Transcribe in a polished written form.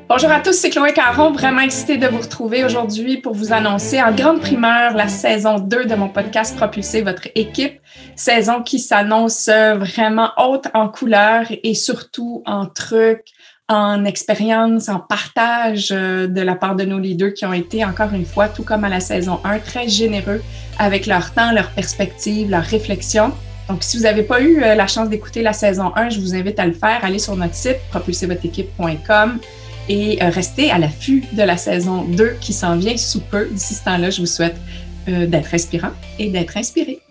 Bonjour à tous, c'est Chloé Caron, vraiment excitée de vous retrouver aujourd'hui pour vous annoncer en grande primeur la saison 2 de mon podcast Propulser votre équipe, saison qui s'annonce vraiment haute en couleurs et surtout en trucs, en expérience, en partage de la part de nos leaders qui ont été, encore une fois, tout comme à la saison 1, très généreux avec leur temps, leur perspective, leur réflexion. Donc, si vous n'avez pas eu la chance d'écouter la saison 1, je vous invite à le faire. Allez sur notre site propulservotreéquipe.com et restez à l'affût de la saison 2 qui s'en vient sous peu. D'ici ce temps-là, je vous souhaite d'être inspirant et d'être inspiré.